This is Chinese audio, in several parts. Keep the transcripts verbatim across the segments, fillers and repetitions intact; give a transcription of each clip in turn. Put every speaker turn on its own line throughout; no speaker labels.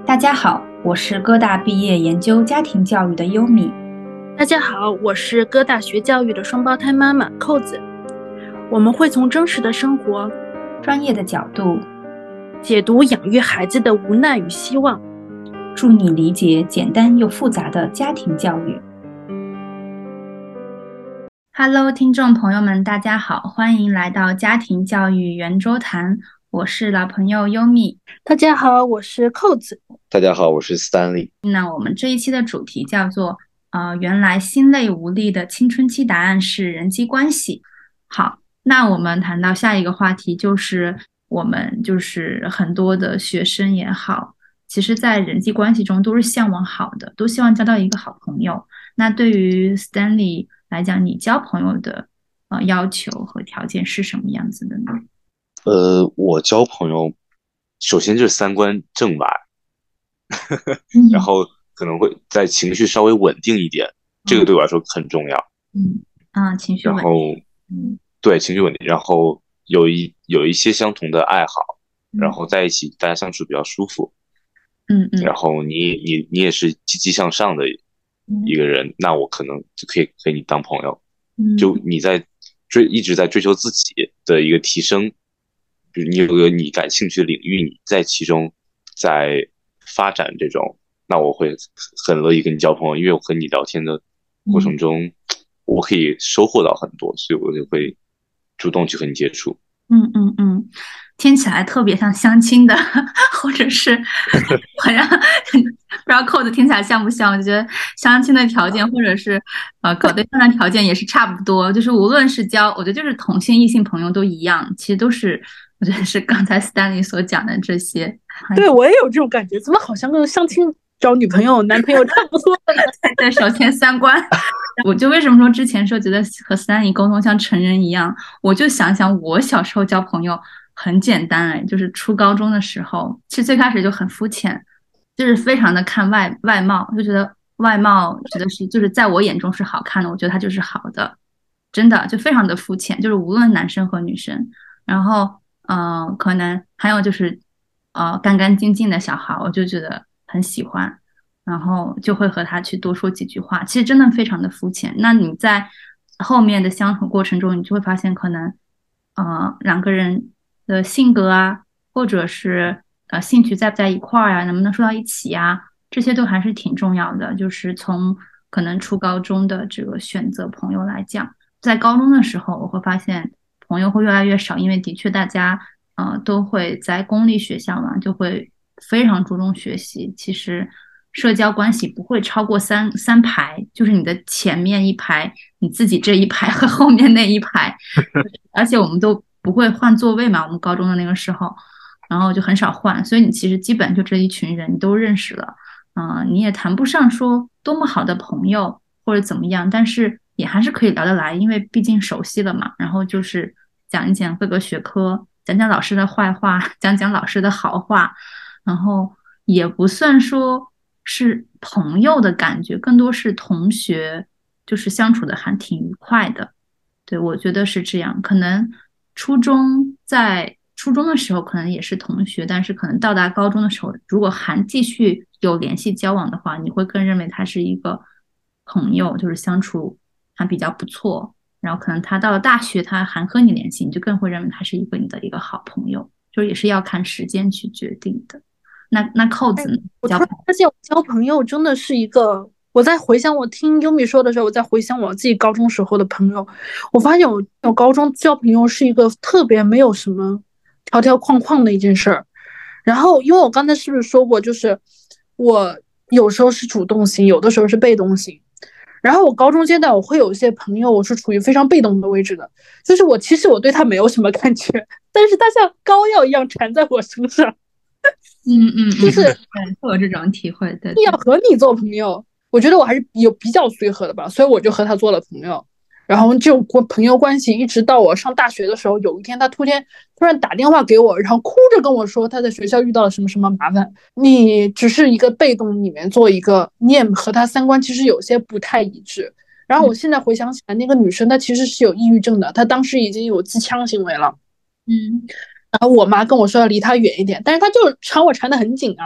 大家好，我是哥大毕业研究家庭教育的优米。
大家好，我是哥大学教育的双胞胎妈妈扣子。我们会从真实的生活、
专业的角度
解读养育孩子的无奈与希望，
助你理解简单又复杂的家庭教育。Hello， 听众朋友们，大家好，欢迎来到家庭教育圆桌谈，我是老朋友优米。
大家好，我是扣子。
大家好，我是 Stanley。
那我们这一期的主题叫做呃，原来心累无力的青春期答案是人际关系。好，那我们谈到下一个话题，就是我们就是很多的学生也好，其实在人际关系中都是向往好的，都希望交到一个好朋友。那对于 Stanley 来讲，你交朋友的呃要求和条件是什么样子的呢？
呃，我交朋友，首先就是三观正吧，然后可能会在情绪稍微稳定一点，这个对我来说很重要。
嗯啊，情绪稳定。
然后，
嗯，
对，情绪稳定，然后有一有一些相同的爱好，
嗯
然后在一起大家相处比较舒服，
嗯嗯
然后你你你也是积极向上的一个人，那我可能就可以跟你当朋友。
嗯，
就你在追一直在追求自己的一个提升，比如你有个你感兴趣的领域，你在其中在发展这种，那我会很乐意跟你交朋友，因为我和你聊天的过程中，我可以收获到很多，所以我就会主动去和你接触。
嗯嗯嗯，听起来特别像相亲的，或者是好像不知道扣子听起来像不像？我觉得相亲的条件，或者是呃搞对象的条件也是差不多，就是无论是交，我觉得就是同性异性朋友都一样，其实都是我觉得是刚才 Stanley 所讲的这些。
对，我也有这种感觉，怎么好像跟相亲找女朋友、男朋友差不多呢？
对，首先三观。我就为什么说之前说觉得和 Stanley 沟通像成人一样，我就想想我小时候交朋友很简单哎，就是初高中的时候，其实最开始就很肤浅，就是非常的看外外貌，就觉得外貌觉得是就是在我眼中是好看的，我觉得他就是好的，真的就非常的肤浅，就是无论男生和女生，然后嗯、呃可能还有就是呃干干净净的小孩，我就觉得很喜欢。然后就会和他去多说几句话，其实真的非常的肤浅。那你在后面的相处过程中，你就会发现，可能呃两个人的性格啊，或者是呃兴趣在不在一块儿啊，能不能说到一起啊，这些都还是挺重要的。就是从可能初高中的这个选择朋友来讲，在高中的时候，我会发现朋友会越来越少，因为的确大家呃都会在公立学校嘛，就会非常注重学习，其实社交关系不会超过三三排，就是你的前面一排，你自己这一排和后面那一排，而且我们都不会换座位嘛，我们高中的那个时候，然后就很少换，所以你其实基本就这一群人你都认识了，嗯、呃你也谈不上说多么好的朋友或者怎么样，但是也还是可以聊得来，因为毕竟熟悉了嘛，然后就是讲一讲各个学科，讲讲老师的坏话，讲讲老师的好话，然后也不算说是朋友的感觉，更多是同学，就是相处的还挺愉快的。对，我觉得是这样。可能初中在初中的时候可能也是同学，但是可能到达高中的时候，如果还继续有联系交往的话，你会更认为他是一个朋友，就是相处还比较不错。然后可能他到了大学，他还和你联系，你就更会认为他是一个你的一个好朋友，就是也是要看时间去决定的。那那扣子呢？
我突然发现，我交朋友真的是一个。我在回想我听优米说的时候，我在回想我自己高中时候的朋友，我发现我我高中交朋友是一个特别没有什么条条框框的一件事儿。然后，因为我刚才是不是说过，就是我有时候是主动型，有的时候是被动型。然后我高中阶段，我会有一些朋友，我是处于非常被动的位置的，就是我其实我对他没有什么感觉，但是他像膏药一样缠在我身上。
嗯嗯，
就是
对，会有这种体会，对，
要和你做朋友，我觉得我还是有比较随和的吧，所以我就和他做了朋友。然后这种朋友关系一直到我上大学的时候，有一天他突然突然打电话给我，然后哭着跟我说他在学校遇到了什么什么麻烦。你只是一个被动里面做一个，你也和他三观其实有些不太一致。然后我现在回想起来，那个女生她其实是有抑郁症的，她当时已经有自枪行为了。
嗯
然后我妈跟我说要离他远一点，但是他就缠我缠得很紧啊。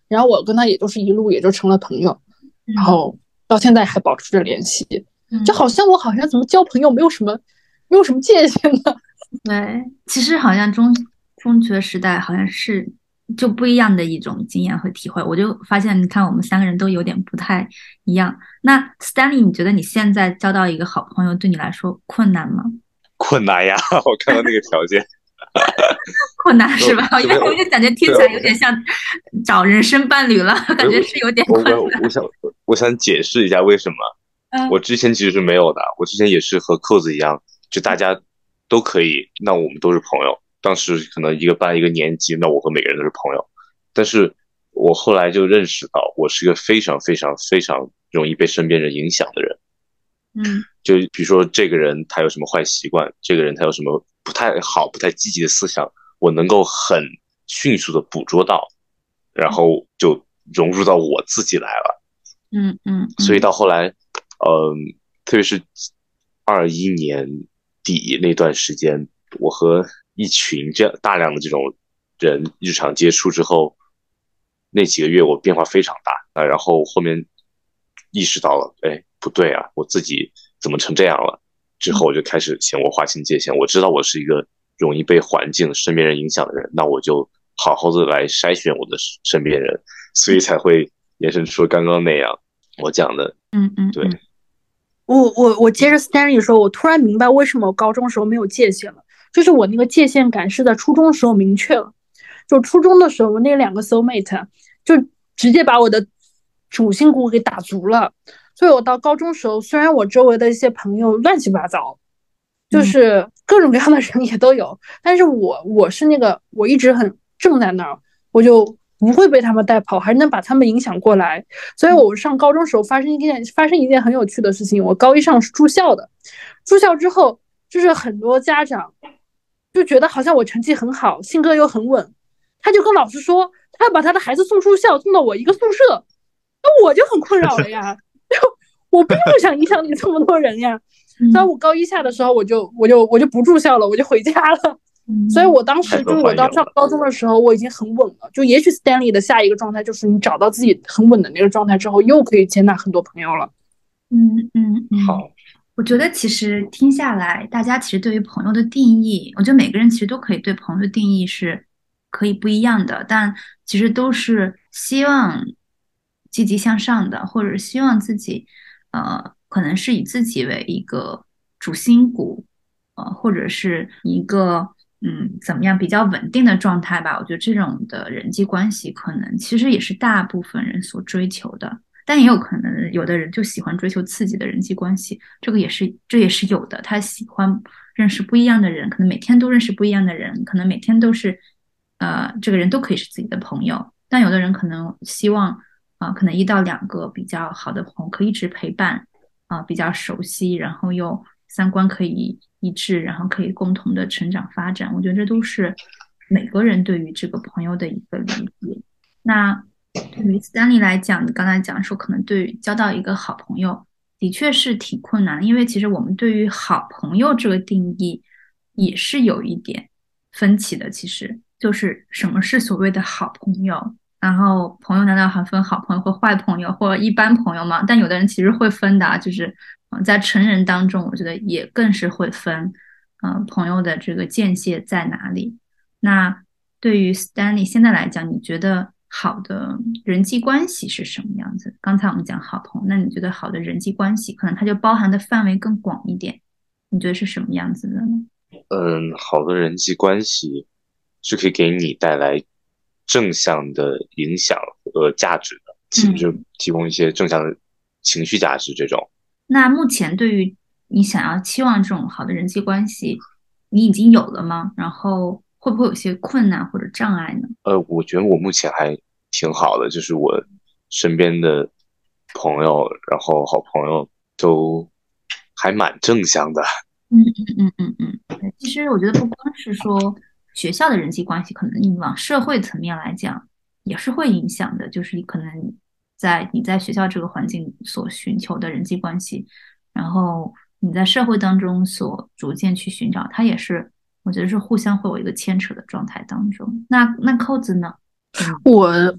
然后我跟他也就是一路也就成了朋友，然后到现在还保持着联系，就好像我好像怎么交朋友没有什么没有什么界限的。
对，其实好像中中学时代好像是就不一样的一种经验和体会，我就发现，你看我们三个人都有点不太一样。那 Stanley， 你觉得你现在交到一个好朋友对你来说困难吗？
困难呀！我看到那个条件，
困难是吧？因为我就感觉听起来有点像找人生伴侣了，感觉是有点困难。
我我我想我想解释一下为什么。
嗯，
我之前其实是没有的，我之前也是和扣子一样，就大家都可以，那我们都是朋友。当时可能一个班一个年级，那我和每个人都是朋友。但是我后来就认识到，我是一个非常非常非常容易被身边人影响的人。
嗯，
就比如说这个人他有什么坏习惯，这个人他有什么不太好、不太积极的思想，我能够很迅速的捕捉到，然后就融入到我自己来了。
嗯嗯，
所以到后来，嗯，特别是二一年底那段时间，我和一群这样大量的这种人日常接触之后，那几个月我变化非常大啊。然后后面意识到了，哎，不对啊，我自己怎么成这样了？之后我就开始嫌我划清界限。我知道我是一个容易被环境、身边人影响的人，那我就好好的来筛选我的身边人，所以才会延伸出刚刚那样我讲的。
嗯嗯，
对。
我我我接着 Stanley 说，我突然明白为什么我高中时候没有界限了，就是我那个界限感是在初中的时候明确了。就初中的时候，我那两个 soul mate 就直接把我的主心骨给打足了。所以我到高中时候，虽然我周围的一些朋友乱七八糟，就是各种各样的人也都有，但是我我是那个我一直很正在那儿，我就不会被他们带跑，还能把他们影响过来。所以我上高中时候发生一件发生一件很有趣的事情。我高一上是住校的，住校之后就是很多家长就觉得好像我成绩很好，性格又很稳，他就跟老师说他要把他的孩子送出校，送到我一个宿舍。那我就很困扰了呀，就我并不想影响你这么多人呀。所以我高一下的时候，我就我就我就不住校了，我就回家了。所以我当时就是我到上高中的时候，我已经很稳了。就也许 Stanley 的下一个状态就是你找到自己很稳的那个状态之后，又可以接纳很多朋友了。
嗯嗯嗯，
好。
我觉得其实听下来，大家其实对于朋友的定义，我觉得每个人其实都可以对朋友的定义是可以不一样的，但其实都是希望积极向上的，或者希望自己呃可能是以自己为一个主心骨，呃或者是一个嗯怎么样比较稳定的状态吧。我觉得这种的人际关系可能其实也是大部分人所追求的。但也有可能有的人就喜欢追求刺激的人际关系，这个也是这也是有的。他喜欢认识不一样的人，可能每天都认识不一样的人，可能每天都是呃这个人都可以是自己的朋友。但有的人可能希望啊、呃，可能一到两个比较好的朋友可以一直陪伴啊、呃，比较熟悉，然后又三观可以一致，然后可以共同的成长发展。我觉得这都是每个人对于这个朋友的一个理解。那对于 Stanley 来讲，你刚才讲说，可能对于交到一个好朋友，的确是挺困难的，因为其实我们对于好朋友这个定义也是有一点分歧的。其实就是什么是所谓的好朋友，然后朋友难道还分好朋友或坏朋友或一般朋友吗？但有的人其实会分的，就是嗯、呃，在成人当中，我觉得也更是会分，嗯、呃，朋友的这个界限在哪里。那对于 Stanley 现在来讲，你觉得好的人际关系是什么样子？刚才我们讲好朋友，那你觉得好的人际关系，可能它就包含的范围更广一点，你觉得是什么样子的呢？
嗯，好的人际关系是可以给你带来正向的影响和价值的，其实就提供一些正向的情绪价值这种。
那目前对于你想要期望这种好的人际关系，你已经有了吗？然后会不会有些困难或者障碍呢？
呃，我觉得我目前还挺好的，就是我身边的朋友，然后好朋友都还蛮正向的。
嗯嗯嗯嗯嗯，其实我觉得不光是说学校的人际关系，可能你往社会层面来讲也是会影响的。就是你可能在你在学校这个环境所寻求的人际关系，然后你在社会当中所逐渐去寻找，它也是我觉得是互相会有一个牵扯的状态当中。那那扣子呢？
我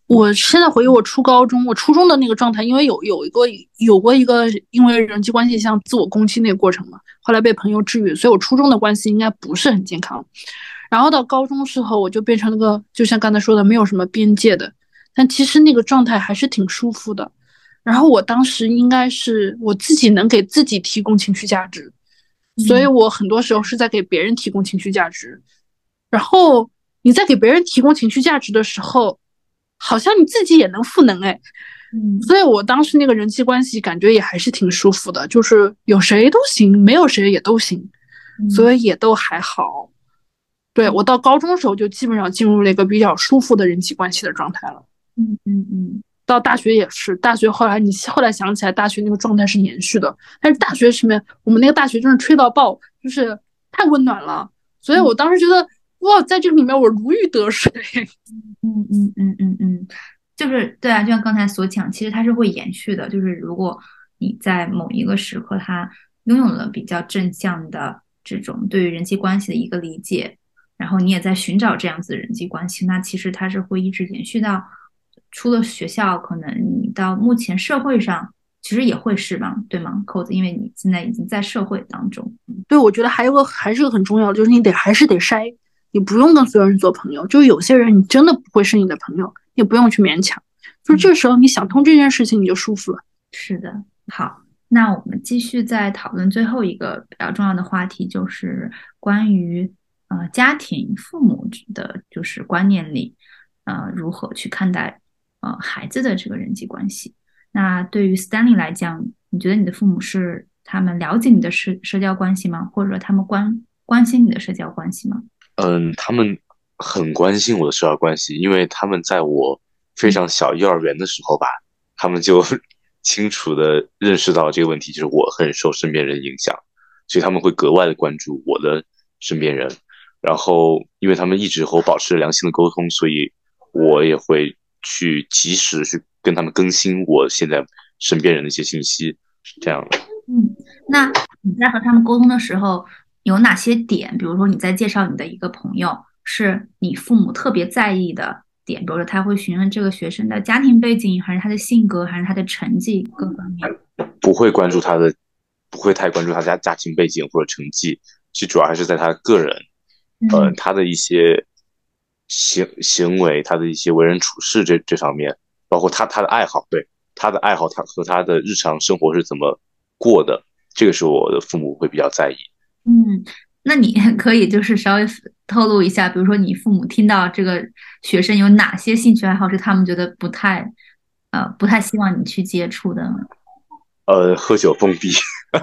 我现在回忆我初高中，我初中的那个状态，因为有有一个有过一个因为人际关系像自我攻击那个过程嘛，后来被朋友治愈，所以我初中的关系应该不是很健康。然后到高中时候，我就变成了个就像刚才说的没有什么边界的，但其实那个状态还是挺舒服的。然后我当时应该是我自己能给自己提供情绪价值，所以我很多时候是在给别人提供情绪价值。然后你在给别人提供情绪价值的时候，好像你自己也能赋能哎，
嗯，
所以我当时那个人际关系感觉也还是挺舒服的，就是有谁都行，没有谁也都行，所以也都还好。对，我到高中的时候就基本上进入了一个比较舒服的人际关系的状态了。
嗯嗯嗯，
到大学也是，大学后来你后来想起来，大学那个状态是延续的，但是大学什么，我们那个大学真是吹到爆，就是太温暖了，所以我当时觉得哇，在这个里面我如鱼得水。
嗯嗯嗯嗯嗯，就是对啊，就像刚才所讲，其实它是会延续的。就是如果你在某一个时刻，它拥有了比较正向的这种对于人际关系的一个理解，然后你也在寻找这样子的人际关系，那其实它是会一直延续到出了学校，可能你到目前社会上，其实也会是吧，对吗，扣子？因为你现在已经在社会当中。
对，我觉得还有个还是个很重要的，就是你得还是得筛，你不用跟所有人做朋友，就是有些人你真的不会是你的朋友，也不用去勉强，就是这时候你想通这件事情你就舒服了。
是的，好，那我们继续再讨论最后一个比较重要的话题，就是关于呃家庭父母的，就是观念里，呃如何去看待呃孩子的这个人际关系。那对于 Stanley 来讲，你觉得你的父母是他们了解你的社社交关系吗？或者说他们关关心你的社交关系吗？
嗯，他们很关心我的社交关系，因为他们在我非常小幼儿园的时候吧，他们就清楚的认识到这个问题，就是我很受身边人影响，所以他们会格外的关注我的身边人。然后，因为他们一直和我保持良性的沟通，所以我也会去及时去跟他们更新我现在身边人的一些信息，这样的。
嗯，那你在和他们沟通的时候，有哪些点？比如说你在介绍你的一个朋友，是你父母特别在意的点，比如说他会询问这个学生的家庭背景，还是他的性格，还是他的成绩各方面？
不会关注他的，不会太关注他家家庭背景或者成绩，其实主要还是在他个人，呃，
嗯
他的一些行行为，他的一些为人处事这这方面，包括他他的爱好，对他的爱好，他和他的日常生活是怎么过的，这个是我的父母会比较在意。
嗯，那你可以就是稍微透露一下，比如说你父母听到这个学生有哪些兴趣爱好是他们觉得不太呃不太希望你去接触的呢？
呃，喝酒蹦迪，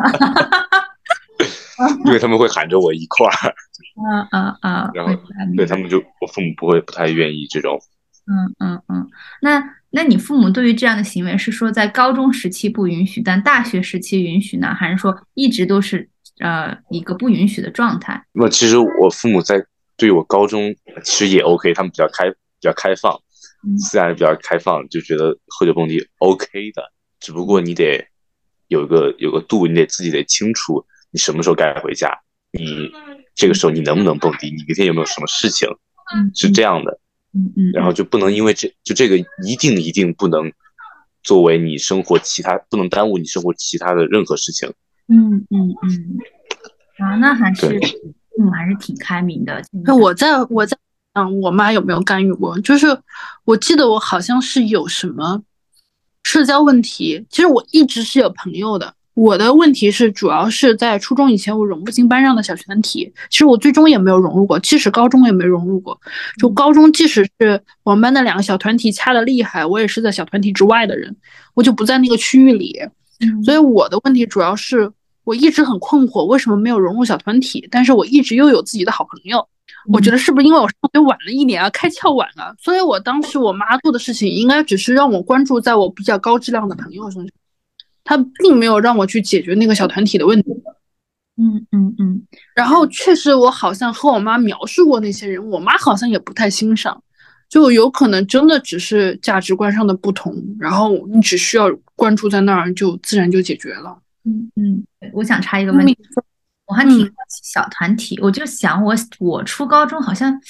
因为他们会喊着我一块儿，
啊啊啊！
然后
明白明白。
对他们就我父母不会不太愿意这种。
嗯嗯嗯，那那你父母对于这样的行为是说在高中时期不允许，但大学时期允许呢？还是说一直都是呃一个不允许的状态？
那么其实我父母在对我高中其实也 OK，他们比较开比较开放，
嗯
自然比较开放，就觉得喝酒蹦迪 OK 的，只不过你得有一个有个度，你得自己得清楚你什么时候该回家，你这个时候你能不能蹦迪，你明天有没有什么事情，
嗯
是这样的。
嗯嗯，
然后就不能因为这就这个一定一定不能作为你生活其他不能耽误你生活其他的任何事情。
嗯嗯嗯，啊，那还是
对，
父母还是挺开明的。
那我在我在想我妈有没有干预过，就是我记得我好像是有什么社交问题，其实我一直是有朋友的。我的问题是主要是在初中以前我融不进班上的小团体，其实我最终也没有融入过，即使高中也没融入过。就高中即使是我们班的两个小团体掐的厉害，我也是在小团体之外的人，我就不在那个区域里。所以我的问题主要是我一直很困惑，为什么没有融入小团体，但是我一直又有自己的好朋友。我觉得是不是因为我上学晚了一点啊，开窍晚了，所以我当时我妈做的事情应该只是让我关注在我比较高质量的朋友身上，她并没有让我去解决那个小团体的问题。
嗯嗯嗯，
然后确实我好像和我妈描述过那些人，我妈好像也不太欣赏，就有可能真的只是价值观上的不同，然后你只需要关注在那儿，就自然就解决了。
嗯嗯，我想插一个问题，我还挺好奇小团体，我就想我我初高中好像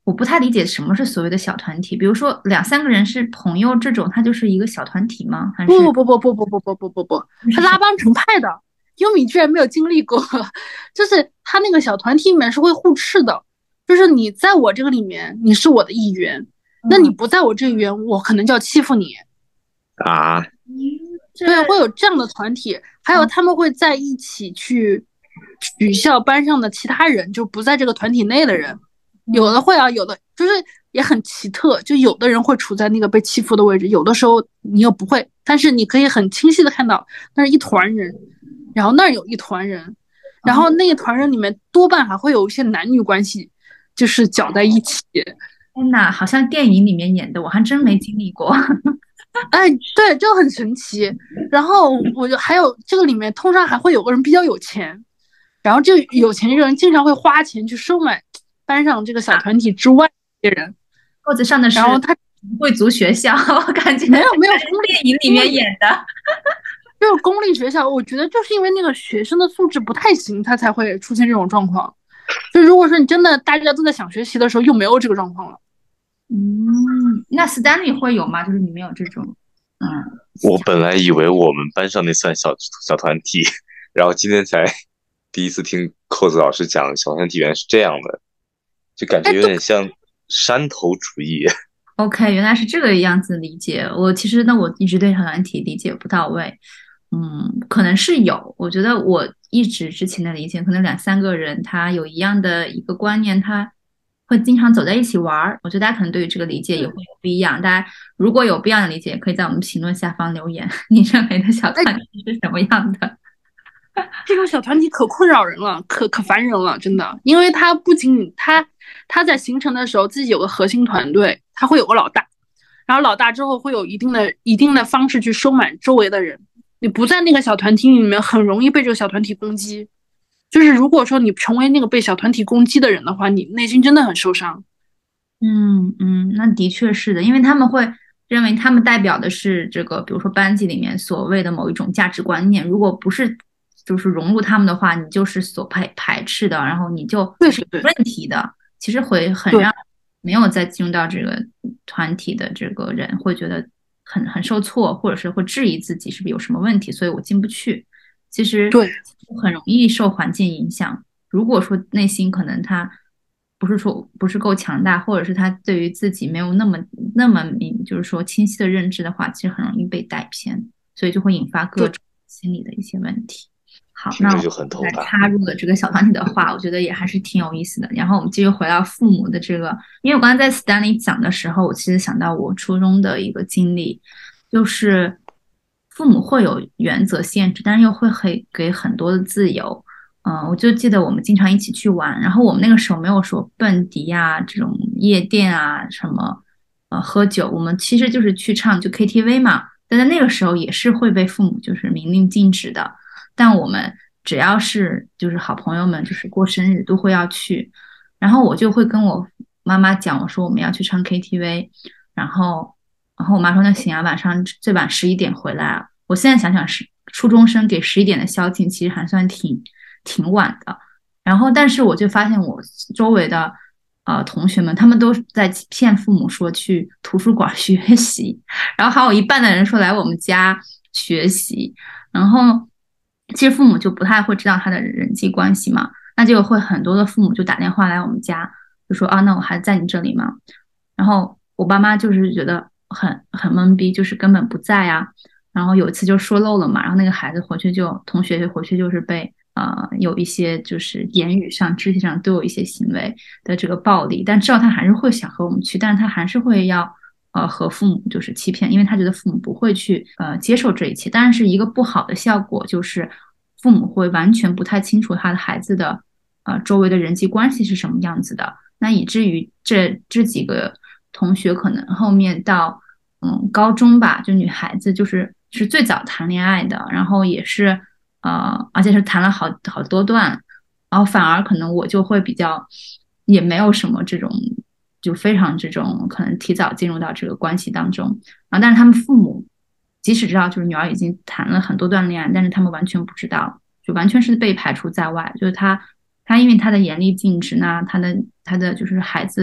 我不太理解什么是所谓的小团体，比如说两三个人是朋友这种，它就是一个小团体吗？还是
不不不不不不不不不不，他拉帮成派的。优米居然没有经历过，就是他那个小团体里面是会互斥的，就是你在我这个里面你是我的一员，那你不在我这一员，我可能就要欺负你
啊。
对，会有这样的团体，还有他们会在一起去取笑班上的其他人，就不在这个团体内的人。有的会啊，有的就是也很奇特，就有的人会处在那个被欺负的位置，有的时候你又不会，但是你可以很清晰的看到那是一团人，然后那儿有一团人，然后那一团人里面多半还会有一些男女关系，就是搅在一起。
天哪，好像电影里面演的，我还真没经历过。
哎，对，就很神奇。然后我就还有这个里面，通常还会有个人比较有钱，然后这个有钱这个人经常会花钱去收买班上这个小团体之外的人。
桌子上的是
然后他
贵族学校，我感觉
没有没有
电影里面演的，
就是公立学校。我觉得就是因为那个学生的素质不太行，他才会出现这种状况。就如果说你真的大家都在想学习的时候，又没有这个状况了。
嗯，那 Stanley 会有吗？就是你们有这种，嗯，
我本来以为我们班上那算小小团体，然后今天才第一次听扣子老师讲小团体原来是这样的，就感觉有点像山头主义。
OK，原来是这个样子理解。我其实呢，我一直对小团体理解不到位。嗯，可能是有。我觉得我一直之前的理解，可能两三个人他有一样的一个观念，他会经常走在一起玩儿。我觉得大家可能对于这个理解也会有不一样。大家如果有不一样的理解，也可以在我们评论下方留言，你认为的小团体是什么样的？
这种小团体可困扰人了，可可烦人了，真的。因为他不仅他他在形成的时候自己有个核心团队，他会有个老大，然后老大之后会有一定的一定的方式去收买周围的人。你不在那个小团体里面，很容易被这个小团体攻击。就是如果说你成为那个被小团体攻击的人的话，你内心真的很受伤。
嗯嗯，那的确是的，因为他们会认为他们代表的是这个，比如说班级里面所谓的某一种价值观念，如果不是就是融入他们的话，你就是所排排斥的，然后你就
对对对，
问题的，其实会很让没有再进入到这个团体的这个人会觉得很很受挫，或者是会质疑自己是不是有什么问题，所以我进不去。其实
对，
很容易受环境影响。如果说内心可能他不是说不是够强大，或者是他对于自己没有那么那么明，就是说清晰的认知的话，其实很容易被带偏，所以就会引发各种心理的一些问题。好，那我
就很头大。
插入了这个小团体的话，我觉得也还是挺有意思的。然后我们继续回到父母的这个，因为我刚才在 Stanley 讲的时候，我其实想到我初中的一个经历，就是父母会有原则限制，但是又会给给很多的自由。嗯、呃，我就记得我们经常一起去玩，然后我们那个时候没有说蹦迪啊这种夜店啊什么，呃，喝酒，我们其实就是去唱就 K T V 嘛，但在那个时候也是会被父母就是明令禁止的。但我们只要是就是好朋友们，就是过生日都会要去，然后我就会跟我妈妈讲，我说我们要去唱 K T V，然后然后我妈说那行啊，晚上最晚十一点回来啊。我现在想想是初中生给十一点的宵禁，其实还算挺挺晚的。然后但是我就发现我周围的呃同学们，他们都在骗父母说去图书馆学习，然后还有一半的人说来我们家学习，然后其实父母就不太会知道他的人际关系嘛，那就会很多的父母就打电话来我们家，就说啊，那我孩子在你这里吗？然后我爸妈就是觉得很很懵逼，就是根本不在啊。然后有一次就说漏了嘛，然后那个孩子回去就同学回去就是被呃有一些就是言语上、肢体上都有一些行为的这个暴力，但知道他还是会想和我们去，但是他还是会要呃和父母就是欺骗，因为他觉得父母不会去呃接受这一切。但是一个不好的效果就是父母会完全不太清楚他的孩子的呃周围的人际关系是什么样子的，那以至于这这几个同学可能后面到嗯高中吧，就女孩子就是是最早谈恋爱的，然后也是呃而且是谈了好好多段，然后反而可能我就会比较也没有什么这种就非常这种可能提早进入到这个关系当中，然后但是他们父母即使知道就是女儿已经谈了很多段恋爱，但是他们完全不知道，就完全是被排除在外，就是他他因为他的严厉禁止，那他的他的就是孩子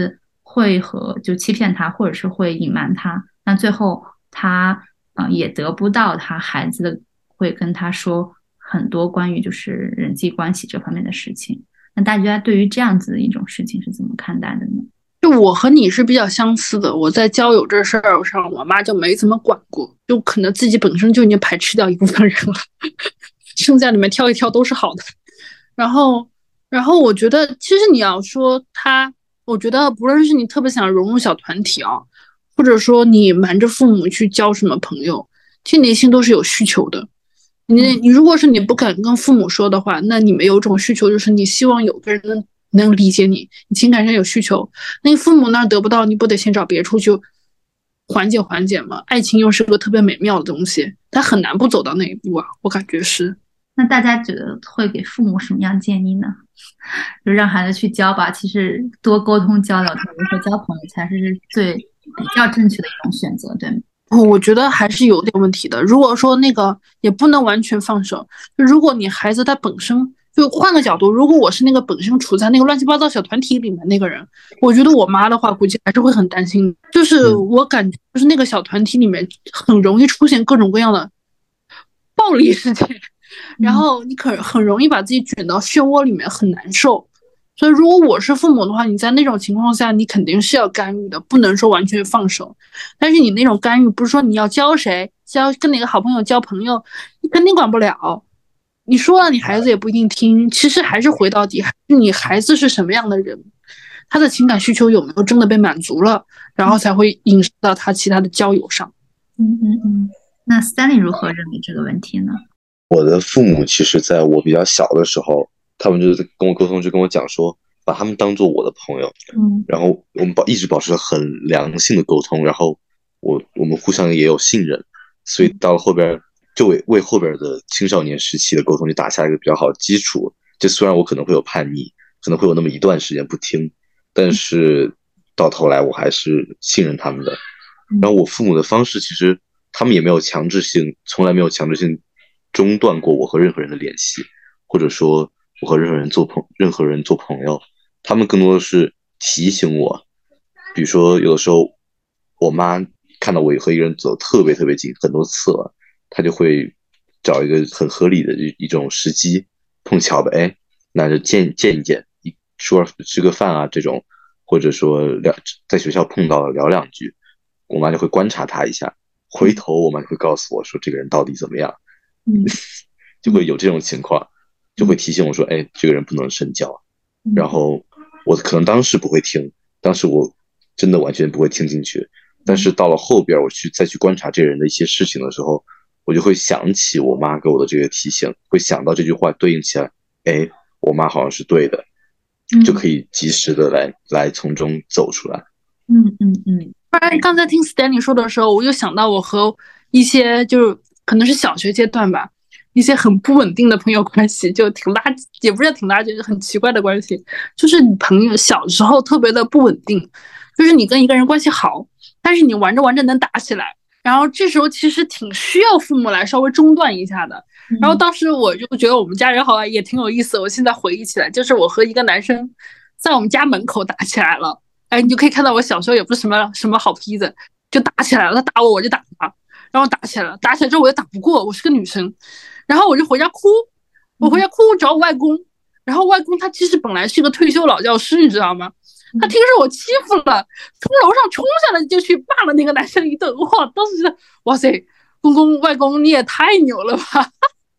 会和就欺骗他，或者是会隐瞒他，那最后他呃也得不到他孩子的，会跟他说很多关于就是人际关系这方面的事情。那大家对于这样子的一种事情是怎么看待的呢？
就我和你是比较相似的，我在交友这事儿上，我妈就没怎么管过，就可能自己本身就已经排斥掉一部分人了，剩下里面挑一挑都是好的。然后，然后我觉得，其实你要说他，我觉得不论是你特别想融入小团体啊，或者说你瞒着父母去交什么朋友，其实内心都是有需求的。你你如果是你不敢跟父母说的话，那你没有这种需求，就是你希望有个人能能理解你，你情感上有需求，那你父母那儿得不到，你不得先找别处去缓解缓解吗？爱情又是个特别美妙的东西，它很难不走到那一步啊，我感觉是。
那大家觉得会给父母什么样建议呢？就让孩子去交吧，其实多沟通交流，他如何交朋友才是最比较正确的一种选择，对吗？
我觉得还是有点问题的。如果说那个也不能完全放手，如果你孩子他本身就换个角度，如果我是那个本身处在那个乱七八糟小团体里面那个人，我觉得我妈的话估计还是会很担心。就是我感觉就是那个小团体里面很容易出现各种各样的暴力事件，然后你可很容易把自己卷到漩涡里面，很难受。所以如果我是父母的话，你在那种情况下你肯定是要干预的，不能说完全放手。但是你那种干预不是说你要教谁，教跟哪个好朋友交朋友，你肯定管不了。你说了你孩子也不一定听，其实还是回到底，还是你孩子是什么样的人，他的情感需求有没有真的被满足了，然后才会引申到他其他的交友上。
嗯嗯嗯。那 Stanley 如何认为这个问题呢？
我的父母其实在我比较小的时候，他们就是跟我沟通，就跟我讲说，把他们当做我的朋友，
嗯，
然后我们保一直保持很良性的沟通，然后我我们互相也有信任，所以到了后边就为为后边的青少年时期的沟通就打下一个比较好的基础。就虽然我可能会有叛逆，可能会有那么一段时间不听，但是到头来我还是信任他们的。然后我父母的方式其实他们也没有强制性，从来没有强制性中断过我和任何人的联系，或者说我和任何人做朋任何人做朋友，他们更多的是提醒我。比如说有的时候我妈看到我和一个人走特别特别近很多次了，她就会找一个很合理的一一种时机，碰巧的，哎，那就见见一见，说吃个饭啊这种，或者说聊在学校碰到了聊两句，我妈就会观察他一下，回头我妈就会告诉我说这个人到底怎么样。
嗯，
就会有这种情况，就会提醒我说，哎，这个人不能深交。然后我可能当时不会听，当时我真的完全不会听进去。但是到了后边，我去再去观察这个人的一些事情的时候，我就会想起我妈给我的这个提醒，会想到这句话对应起来，哎，我妈好像是对的，就可以及时的来来从中走出来。
嗯嗯嗯。
不然刚才听 Stanley 说的时候，我又想到我和一些就是可能是小学阶段吧，一些很不稳定的朋友关系，就挺垃圾，也不是挺垃圾，很奇怪的关系。就是你朋友小时候特别的不稳定，就是你跟一个人关系好，但是你玩着玩着能打起来，然后这时候其实挺需要父母来稍微中断一下的。然后当时我就觉得我们家人好像也挺有意思，我现在回忆起来，就是我和一个男生在我们家门口打起来了。哎，你就可以看到我小时候也不是什么什么好坯子，就打起来了。他打我，我就打他，然后打起来了。打起来之后我又打不过，我是个女生，然后我就回家哭。我回家哭找我外公，然后外公他其实本来是个退休老教师，你知道吗？他听说我欺负了，从楼上冲下来就去骂了那个男生一顿。哇，当时觉得哇塞，公公外公你也太牛了吧！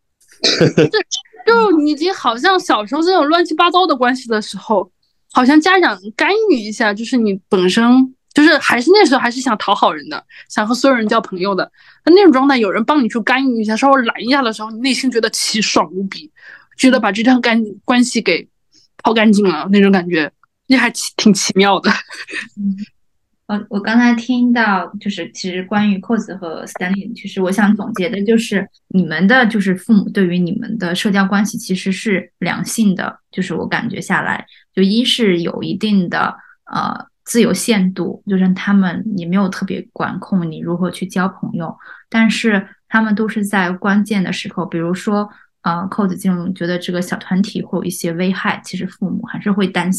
就你已经好像小时候这种乱七八糟的关系的时候。好像家长干预一下，就是你本身就是还是那时候还是想讨好人的，想和所有人交朋友的。那那种状态，有人帮你去干预一下，稍微拦一下的时候，你内心觉得奇爽无比，觉得把这段干关系给抛干净了，那种感觉也还挺奇妙的。
嗯，我我刚才听到就是其实关于 Cos 和 Stanley， 其实我想总结的就是你们的就是父母对于你们的社交关系其实是良性的，就是我感觉下来。就一是有一定的呃自由限度，就是他们也没有特别管控你如何去交朋友，但是他们都是在关键的时刻，比如说呃扣子进入觉得这个小团体会有一些危害，其实父母还是会担心，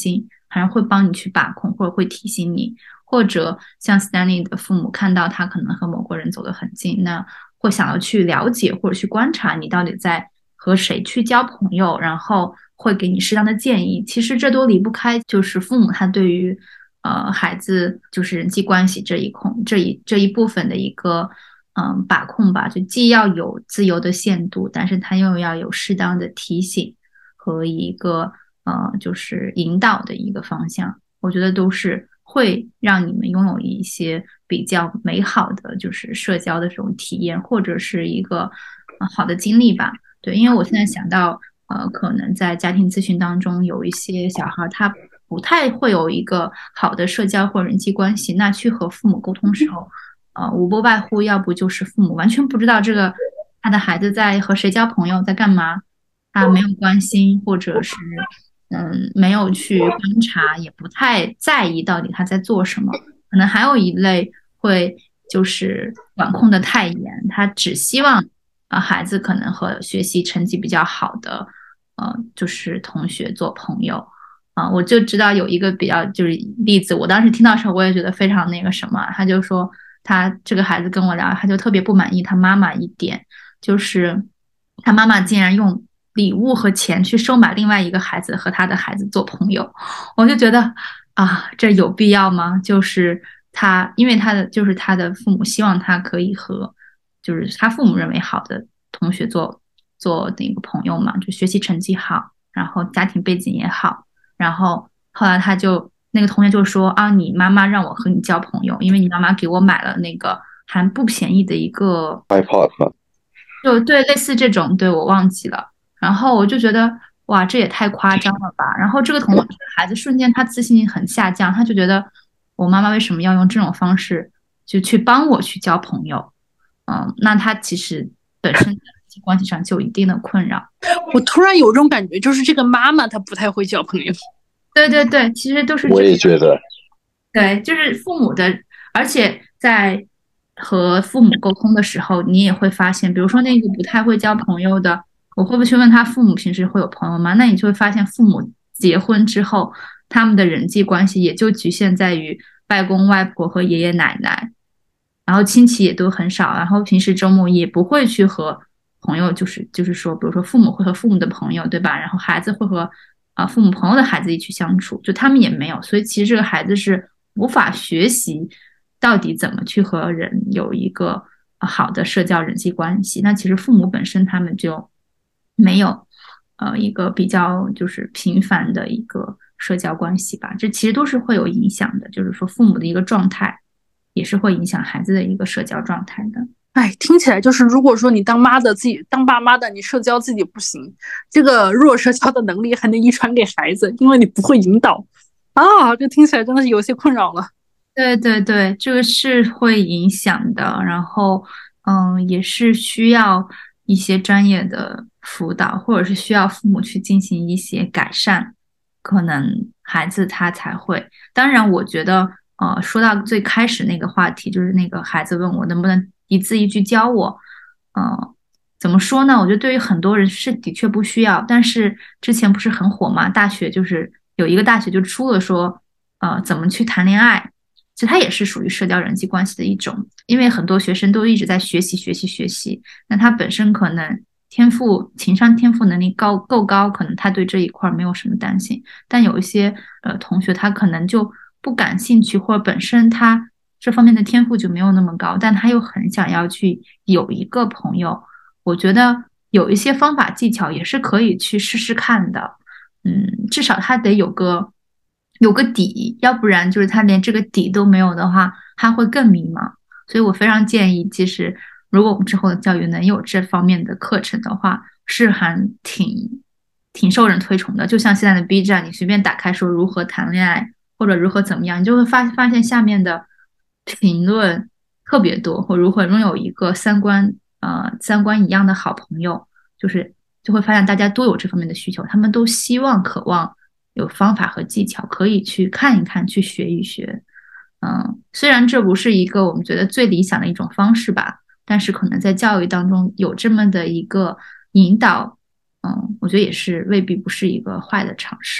还是会帮你去把控，或者会提醒你，或者像 Stanley 的父母看到他可能和某个人走得很近，那会想要去了解或者去观察你到底在和谁去交朋友，然后会给你适当的建议。其实这都离不开就是父母他对于呃孩子就是人际关系这一控这一这一部分的一个嗯把控吧，就既要有自由的限度，但是他又要有适当的提醒和一个呃就是引导的一个方向。我觉得都是会让你们拥有一些比较美好的就是社交的这种体验，或者是一个、呃、好的经历吧。对，因为我现在想到，呃，可能在家庭咨询当中有一些小孩他不太会有一个好的社交或人际关系，那去和父母沟通时候，呃，无不外乎要不就是父母完全不知道这个他的孩子在和谁交朋友，在干嘛，他没有关心，或者是嗯没有去观察，也不太在意到底他在做什么。可能还有一类会就是管控的太严，他只希望啊、呃孩子可能和学习成绩比较好的呃就是同学做朋友。啊、我就知道有一个比较就是例子，我当时听到的时候我也觉得非常那个什么，他就说他这个孩子跟我聊，他就特别不满意他妈妈一点，就是他妈妈竟然用礼物和钱去收买另外一个孩子和他的孩子做朋友。我就觉得啊，这有必要吗？就是他，因为他的就是他的父母希望他可以和就是他父母认为好的同学做做那个朋友嘛，就学习成绩好，然后家庭背景也好，然后后来他就那个同学就说啊，你妈妈让我和你交朋友，因为你妈妈给我买了那个还不便宜的一个
iPod 嘛，
就对，类似这种，对我忘记了。然后我就觉得，哇，这也太夸张了吧。然后这个同这个孩子瞬间他自信心很下降，他就觉得我妈妈为什么要用这种方式就去帮我去交朋友？嗯，那他其实本身在人际关系上就有一定的困扰。
我突然有种感觉，就是这个妈妈她不太会交朋友。
对对对，其实都是
我
这样。
也觉得，
对，就是父母的，而且在和父母沟通的时候，你也会发现，比如说那个不太会交朋友的，我会不会去问他父母平时会有朋友吗？那你就会发现，父母结婚之后，他们的人际关系也就局限在于外公外婆和爷爷奶奶，然后亲戚也都很少，然后平时周末也不会去和朋友，就是就是说，比如说父母会和父母的朋友，对吧？然后孩子会和啊、呃父母朋友的孩子一起相处，就他们也没有，所以其实这个孩子是无法学习到底怎么去和人有一个呃好的社交人际关系。那其实父母本身他们就没有呃一个比较就是频繁的一个社交关系吧，这其实都是会有影响的，就是说父母的一个状态也是会影响孩子的一个社交状态的。
哎，听起来就是如果说你当妈的自己当爸妈的，你社交自己不行，这个弱社交的能力还能遗传给孩子，因为你不会引导啊，这听起来真的是有些困扰了。
对对对，这个是会影响的，然后嗯，也是需要一些专业的辅导，或者是需要父母去进行一些改善，可能孩子他才会。当然，我觉得呃，说到最开始那个话题，就是那个孩子问我能不能一字一句教我，呃，怎么说呢？我觉得对于很多人是的确不需要，但是之前不是很火嘛，大学就是有一个大学就出了说，呃，怎么去谈恋爱。其实它也是属于社交人际关系的一种，因为很多学生都一直在学习学习学习，那他本身可能天赋情商天赋能力高够高，可能他对这一块没有什么担心，但有一些呃同学他可能就不感兴趣，或者本身他这方面的天赋就没有那么高，但他又很想要去有一个朋友，我觉得有一些方法技巧也是可以去试试看的，嗯，至少他得有个。有个底，要不然就是他连这个底都没有的话，他会更迷茫。所以我非常建议，其实如果我们之后的教育能有这方面的课程的话，是还挺挺受人推崇的。就像现在的 B 站，你随便打开说如何谈恋爱或者如何怎么样，你就会发发现下面的评论特别多，或如何拥有一个三观呃三观一样的好朋友，就是就会发现大家都有这方面的需求，他们都希望渴望。有方法和技巧可以去看一看，去学一学。嗯，虽然这不是一个我们觉得最理想的一种方式吧，但是可能在教育当中有这么的一个引导，嗯，我觉得也是未必不是一个坏的尝试。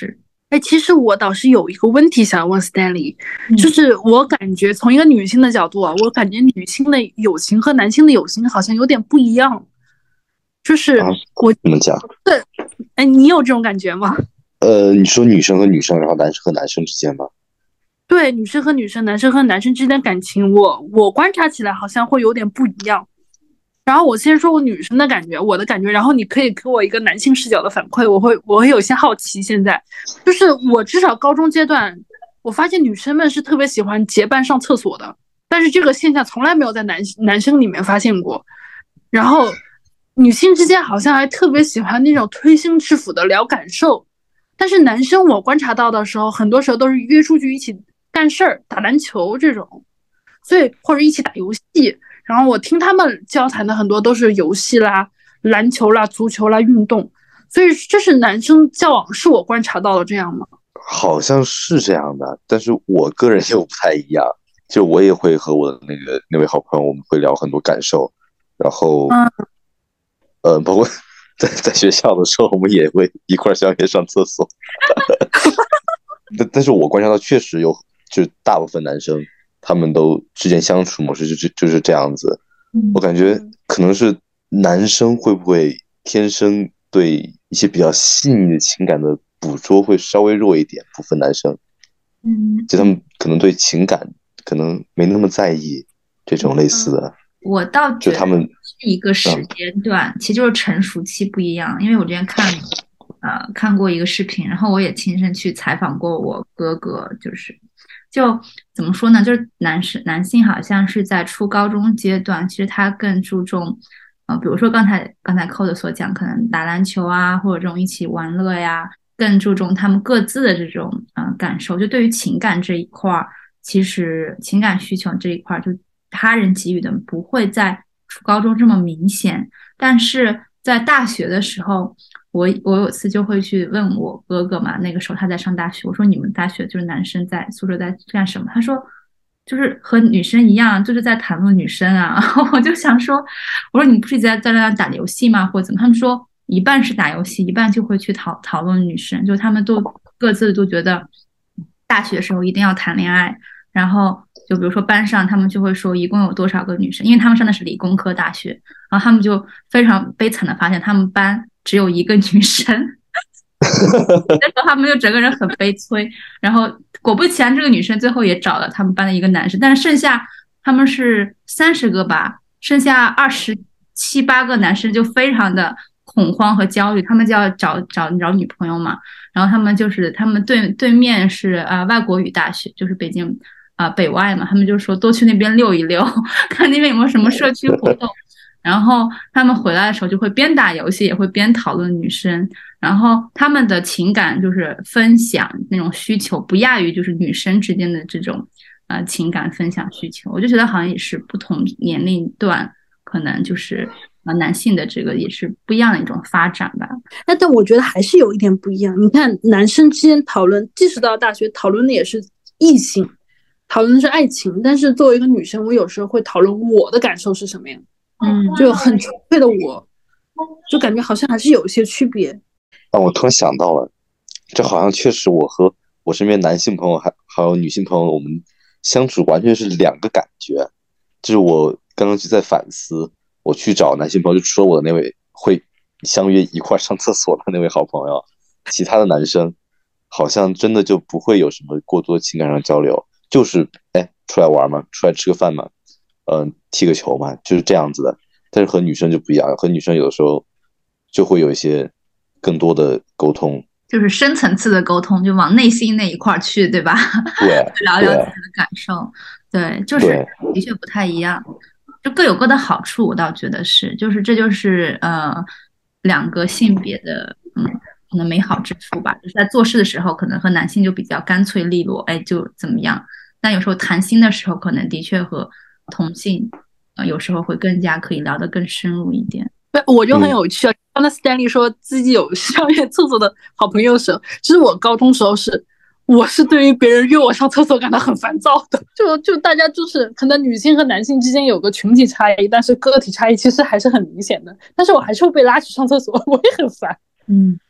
哎，其实我倒是有一个问题想要问 Stanley，、
嗯、
就是我感觉从一个女性的角度啊，我感觉女性的友情和男性的友情好像有点不一样。就是我
怎么讲？
对，哎，你有这种感觉吗？
呃，你说女生和女生，然后男生和男生之间吗？
对，女生和女生、男生和男生之间的感情，我我观察起来好像会有点不一样。然后我先说我女生的感觉，我的感觉，然后你可以给我一个男性视角的反馈，我会我会有些好奇。现在就是我至少高中阶段，我发现女生们是特别喜欢结伴上厕所的，但是这个现象从来没有在男男生里面发现过。然后女性之间好像还特别喜欢那种推心置腹的聊感受，但是男生我观察到的时候，很多时候都是约出去一起干事儿、打篮球这种，所以或者一起打游戏。然后我听他们交谈的很多都是游戏啦、篮球啦、足球啦、运动，所以这是男生交往是我观察到的这样吗？
好像是这样的，但是我个人又不太一样，就我也会和我的那个那位好朋友，我们会聊很多感受，然后，嗯，呃，包括在在学校的时候，我们也会一块相约上厕所。但但是我观察到，确实有，就是大部分男生他们都之间相处模式就就就是这样子。我感觉可能是男生会不会天生对一些比较细腻的情感的捕捉会稍微弱一点，部分男生，
嗯，
就他们可能对情感可能没那么在意，这种类似的。
我倒觉得
就他们
是一个时间段，其实就是成熟期不一样。因为我之前看呃看过一个视频，然后我也亲身去采访过我哥哥，就是就怎么说呢，就是男士男性好像是在初高中阶段，其实他更注重呃比如说刚才刚才扣的所讲，可能打篮球啊，或者这种一起玩乐呀，更注重他们各自的这种呃感受。就对于情感这一块，其实情感需求这一块就他人给予的不会在初高中这么明显，但是在大学的时候，我我有次就会去问我哥哥嘛，那个时候他在上大学，我说你们大学就是男生在宿舍在干什么？他说就是和女生一样，就是在谈论女生啊。然后我就想说，我说你不是在在那打游戏吗，或者怎么？他们说一半是打游戏，一半就会去讨讨论女生，就他们都各自都觉得大学时候一定要谈恋爱。然后就比如说班上他们就会说一共有多少个女生，因为他们上的是理工科大学，然后他们就非常悲惨的发现他们班只有一个女生。那时候他们就整个人很悲催。然后果不其然，这个女生最后也找了他们班的一个男生，但是剩下他们是三十个吧，剩下二十七八个男生就非常的恐慌和焦虑，他们就要找找找女朋友嘛。然后他们就是他们对对面是啊、呃、外国语大学，就是北京啊、呃、北外嘛，他们就说多去那边溜一溜，看那边有没有什么社区活动。然后他们回来的时候就会边打游戏也会边讨论女生，然后他们的情感就是分享那种需求不亚于就是女生之间的这种呃情感分享需求。我就觉得好像也是不同年龄段可能就是呃男性的这个也是不一样的一种发展吧。
那但我觉得还是有一点不一样。你看男生之间讨论，即使到大学讨论的也是异性，讨论的是爱情，但是作为一个女生，我有时候会讨论我的感受是什么样。嗯，就很纯粹的我，就感觉好像还是有一些区别。
啊，我突然想到了，这好像确实我和我身边男性朋友还还有女性朋友，我们相处完全是两个感觉。就是我刚刚就在反思，我去找男性朋友，就除了我的那位会相约一块上厕所的那位好朋友，其他的男生好像真的就不会有什么过多的情感上交流，就是哎出来玩嘛，出来吃个饭嘛。嗯、呃，踢个球嘛，就是这样子的。但是和女生就不一样，和女生有的时候就会有一些更多的沟通，
就是深层次的沟通，就往内心那一块去，对吧？
对，
聊聊自己的感受，对，就是的确不太一样，就各有各的好处。我倒觉得是，就是这就是呃两个性别的嗯可能美好之处吧。就是在做事的时候，可能和男性就比较干脆利落，哎，就怎么样。但有时候谈心的时候，可能的确和同性，呃，有时候会更加可以聊得更深入一点。
我就很有趣啊！刚才 Stanley 说自己有上约厕所的好朋友的时候，其实我高中时候是，我是对于别人约我上厕所感到很烦躁的。就就大家就是可能女性和男性之间有个群体差异，但是个体差异其实还是很明显的。但是我还是会被拉去上厕所，我也很烦。
嗯，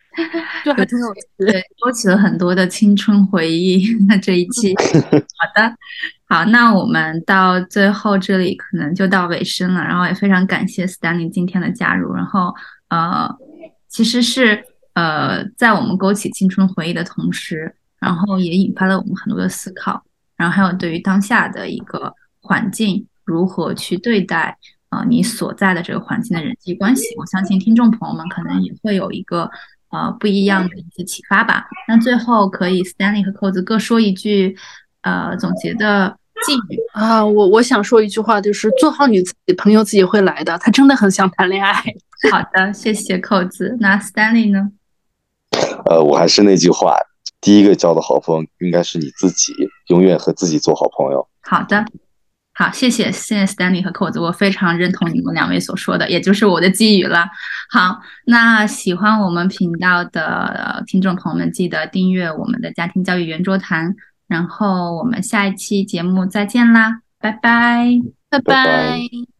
就还挺有趣。
对，勾起了很多的青春回忆。那这一期，好的，好，那我们到最后这里可能就到尾声了，然后也非常感谢 Stanley 今天的加入，然后呃，其实是呃，在我们勾起青春回忆的同时，然后也引发了我们很多的思考，然后还有对于当下的一个环境如何去对待。呃，你所在的这个环境的人际关系，我相信听众朋友们可能也会有一个呃不一样的一些启发吧。那最后可以 Stanley 和扣子各说一句呃总结的寄语。
啊，我我想说一句话，就是做好你自己，朋友自己会来的。他真的很想谈恋爱。
好的，谢谢扣子。那 Stanley 呢？
呃，我还是那句话，第一个交的好朋友应该是你自己，永远和自己做好朋友。
好的。好，谢谢，谢谢 Stanley 和扣子，我非常认同你们两位所说的，也就是我的寄语了。好，那喜欢我们频道的呃听众朋友们，记得订阅我们的家庭教育圆桌谈，然后我们下一期节目再见啦，拜拜。
拜
拜拜。
拜。